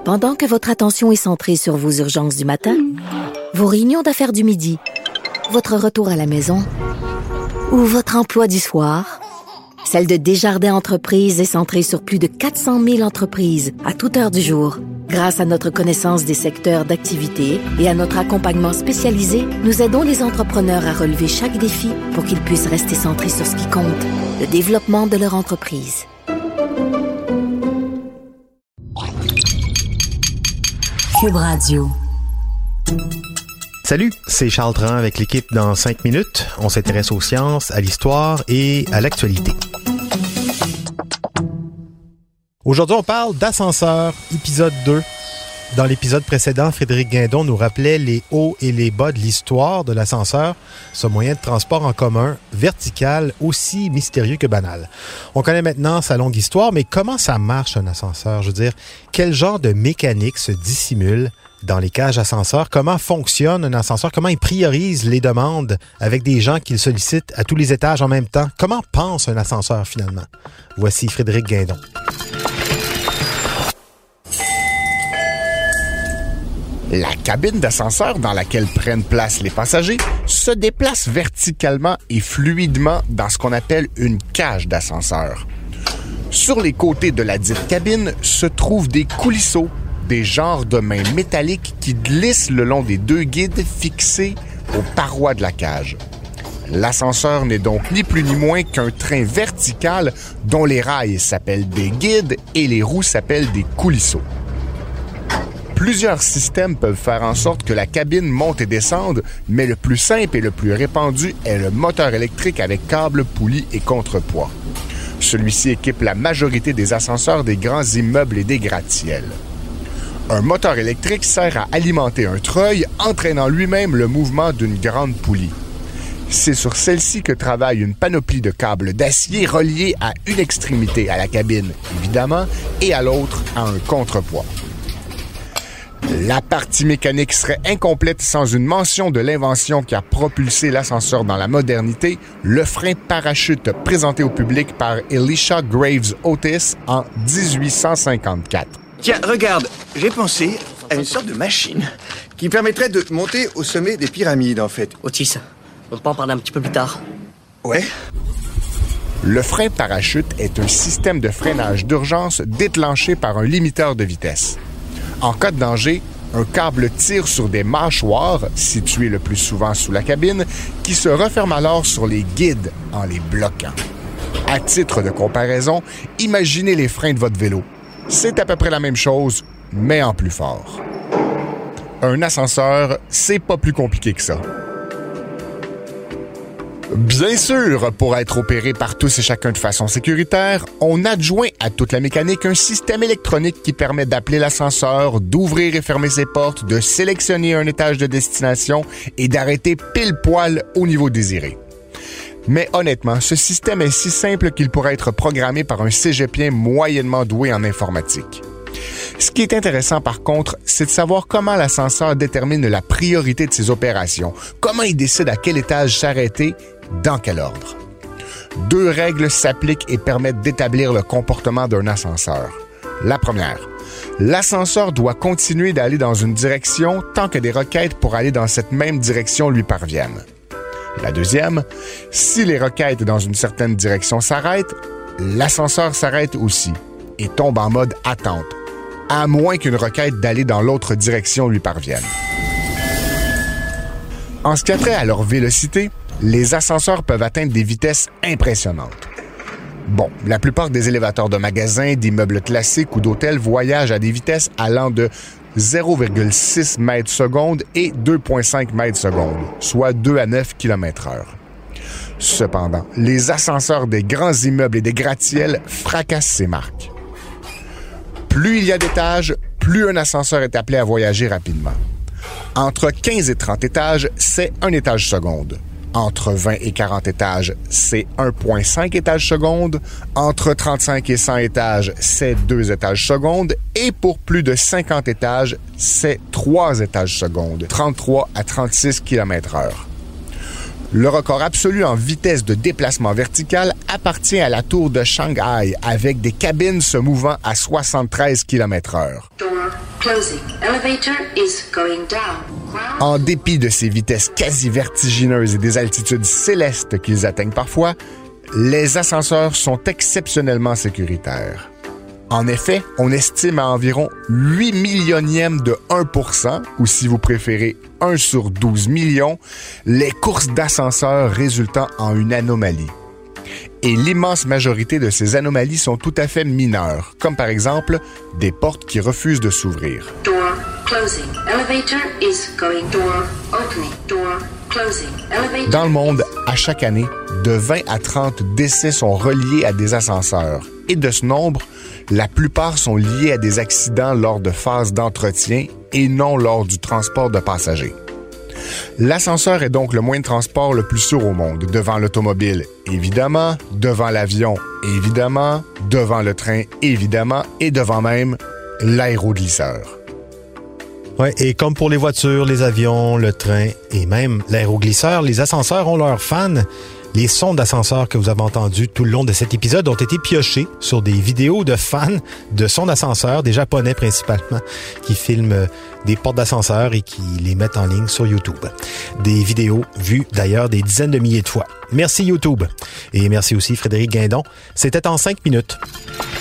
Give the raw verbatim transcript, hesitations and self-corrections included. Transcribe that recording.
Pendant que votre attention est centrée sur vos urgences du matin, vos réunions d'affaires du midi, votre retour à la maison ou votre emploi du soir, celle de Desjardins Entreprises est centrée sur plus de quatre cent mille entreprises à toute heure du jour. Grâce à notre connaissance des secteurs d'activité et à notre accompagnement spécialisé, nous aidons les entrepreneurs à relever chaque défi pour qu'ils puissent rester centrés sur ce qui compte, le développement de leur entreprise. Cube Radio. Salut, c'est Charles Tran avec l'équipe dans cinq minutes. On s'intéresse aux sciences, à l'histoire et à l'actualité. Aujourd'hui, on parle d'ascenseur, épisode deux. Dans l'épisode précédent, Frédéric Guindon nous rappelait les hauts et les bas de l'histoire de l'ascenseur, ce moyen de transport en commun vertical aussi mystérieux que banal. On connaît maintenant sa longue histoire, mais comment ça marche un ascenseur? Je veux dire, quel genre de mécanique se dissimule dans les cages ascenseurs? Comment fonctionne un ascenseur? Comment il priorise les demandes avec des gens qu'il sollicite à tous les étages en même temps? Comment pense un ascenseur finalement? Voici Frédéric Guindon. La cabine d'ascenseur dans laquelle prennent place les passagers se déplace verticalement et fluidement dans ce qu'on appelle une cage d'ascenseur. Sur les côtés de la dite cabine se trouvent des coulisseaux, des genres de mains métalliques qui glissent le long des deux guides fixés aux parois de la cage. L'ascenseur n'est donc ni plus ni moins qu'un train vertical dont les rails s'appellent des guides et les roues s'appellent des coulisseaux. Plusieurs systèmes peuvent faire en sorte que la cabine monte et descende, mais le plus simple et le plus répandu est le moteur électrique avec câble, poulie et contrepoids. Celui-ci équipe la majorité des ascenseurs des grands immeubles et des gratte-ciels. Un moteur électrique sert à alimenter un treuil, entraînant lui-même le mouvement d'une grande poulie. C'est sur celle-ci que travaille une panoplie de câbles d'acier reliés à une extrémité à la cabine, évidemment, et à l'autre à un contrepoids. La partie mécanique serait incomplète sans une mention de l'invention qui a propulsé l'ascenseur dans la modernité, le frein parachute présenté au public par Elisha Graves Otis en dix-huit cent cinquante-quatre. Tiens, regarde, j'ai pensé à une sorte de machine qui permettrait de monter au sommet des pyramides, en fait. Otis, on peut en parler un petit peu plus tard. Ouais. Le frein parachute est un système de freinage d'urgence déclenché par un limiteur de vitesse. En cas de danger, un câble tire sur des mâchoires, situées le plus souvent sous la cabine, qui se referment alors sur les guides en les bloquant. À titre de comparaison, imaginez les freins de votre vélo. C'est à peu près la même chose, mais en plus fort. Un ascenseur, c'est pas plus compliqué que ça. Bien sûr, pour être opéré par tous et chacun de façon sécuritaire, on adjoint à toute la mécanique un système électronique qui permet d'appeler l'ascenseur, d'ouvrir et fermer ses portes, de sélectionner un étage de destination et d'arrêter pile poil au niveau désiré. Mais honnêtement, ce système est si simple qu'il pourrait être programmé par un cégepien moyennement doué en informatique. Ce qui est intéressant par contre, c'est de savoir comment l'ascenseur détermine la priorité de ses opérations, comment il décide à quel étage s'arrêter, dans quel ordre. Deux règles s'appliquent et permettent d'établir le comportement d'un ascenseur. La première, l'ascenseur doit continuer d'aller dans une direction tant que des requêtes pour aller dans cette même direction lui parviennent. La deuxième, si les requêtes dans une certaine direction s'arrêtent, l'ascenseur s'arrête aussi et tombe en mode attente, à moins qu'une requête d'aller dans l'autre direction lui parvienne. En ce qui a trait à leur vélocité, les ascenseurs peuvent atteindre des vitesses impressionnantes. Bon, la plupart des élévateurs de magasins, d'immeubles classiques ou d'hôtels voyagent à des vitesses allant de zéro virgule six mètres secondes et deux virgule cinq mètres secondes, soit deux à neuf kilomètres heure. Cependant, les ascenseurs des grands immeubles et des gratte-ciels fracassent ces marques. Plus il y a d'étages, plus un ascenseur est appelé à voyager rapidement. Entre quinze et trente étages, c'est un étage seconde. Entre vingt et quarante étages, c'est un virgule cinq étages seconde. Entre trente-cinq et cent étages, c'est deux étages seconde. Et pour plus de cinquante étages, c'est trois étages seconde, trente-trois à trente-six kilomètres heure. Le record absolu en vitesse de déplacement vertical appartient à la tour de Shanghai, avec des cabines se mouvant à soixante-treize kilomètres heure. En dépit de ces vitesses quasi vertigineuses et des altitudes célestes qu'ils atteignent parfois, les ascenseurs sont exceptionnellement sécuritaires. En effet, on estime à environ huit millionièmes de un pour cent, ou si vous préférez un sur douze millions, les courses d'ascenseurs résultant en une anomalie. Et l'immense majorité de ces anomalies sont tout à fait mineures, comme par exemple des portes qui refusent de s'ouvrir. Door closing. Elevator is going. Door opening. Door closing. Elevator. Dans le monde, à chaque année, de vingt à trente décès sont reliés à des ascenseurs. Et de ce nombre, la plupart sont liés à des accidents lors de phases d'entretien et non lors du transport de passagers. L'ascenseur est donc le moyen de transport le plus sûr au monde, devant l'automobile, évidemment, devant l'avion, évidemment, devant le train, évidemment, et devant même l'aéroglisseur. Ouais, et comme pour les voitures, les avions, le train et même l'aéroglisseur, les ascenseurs ont leurs fans. Les sons d'ascenseurs que vous avez entendus tout le long de cet épisode ont été piochés sur des vidéos de fans de sons d'ascenseurs, des Japonais principalement, qui filment des portes d'ascenseurs et qui les mettent en ligne sur YouTube. Des vidéos vues d'ailleurs des dizaines de milliers de fois. Merci YouTube. Et merci aussi Frédéric Guindon. C'était en cinq minutes.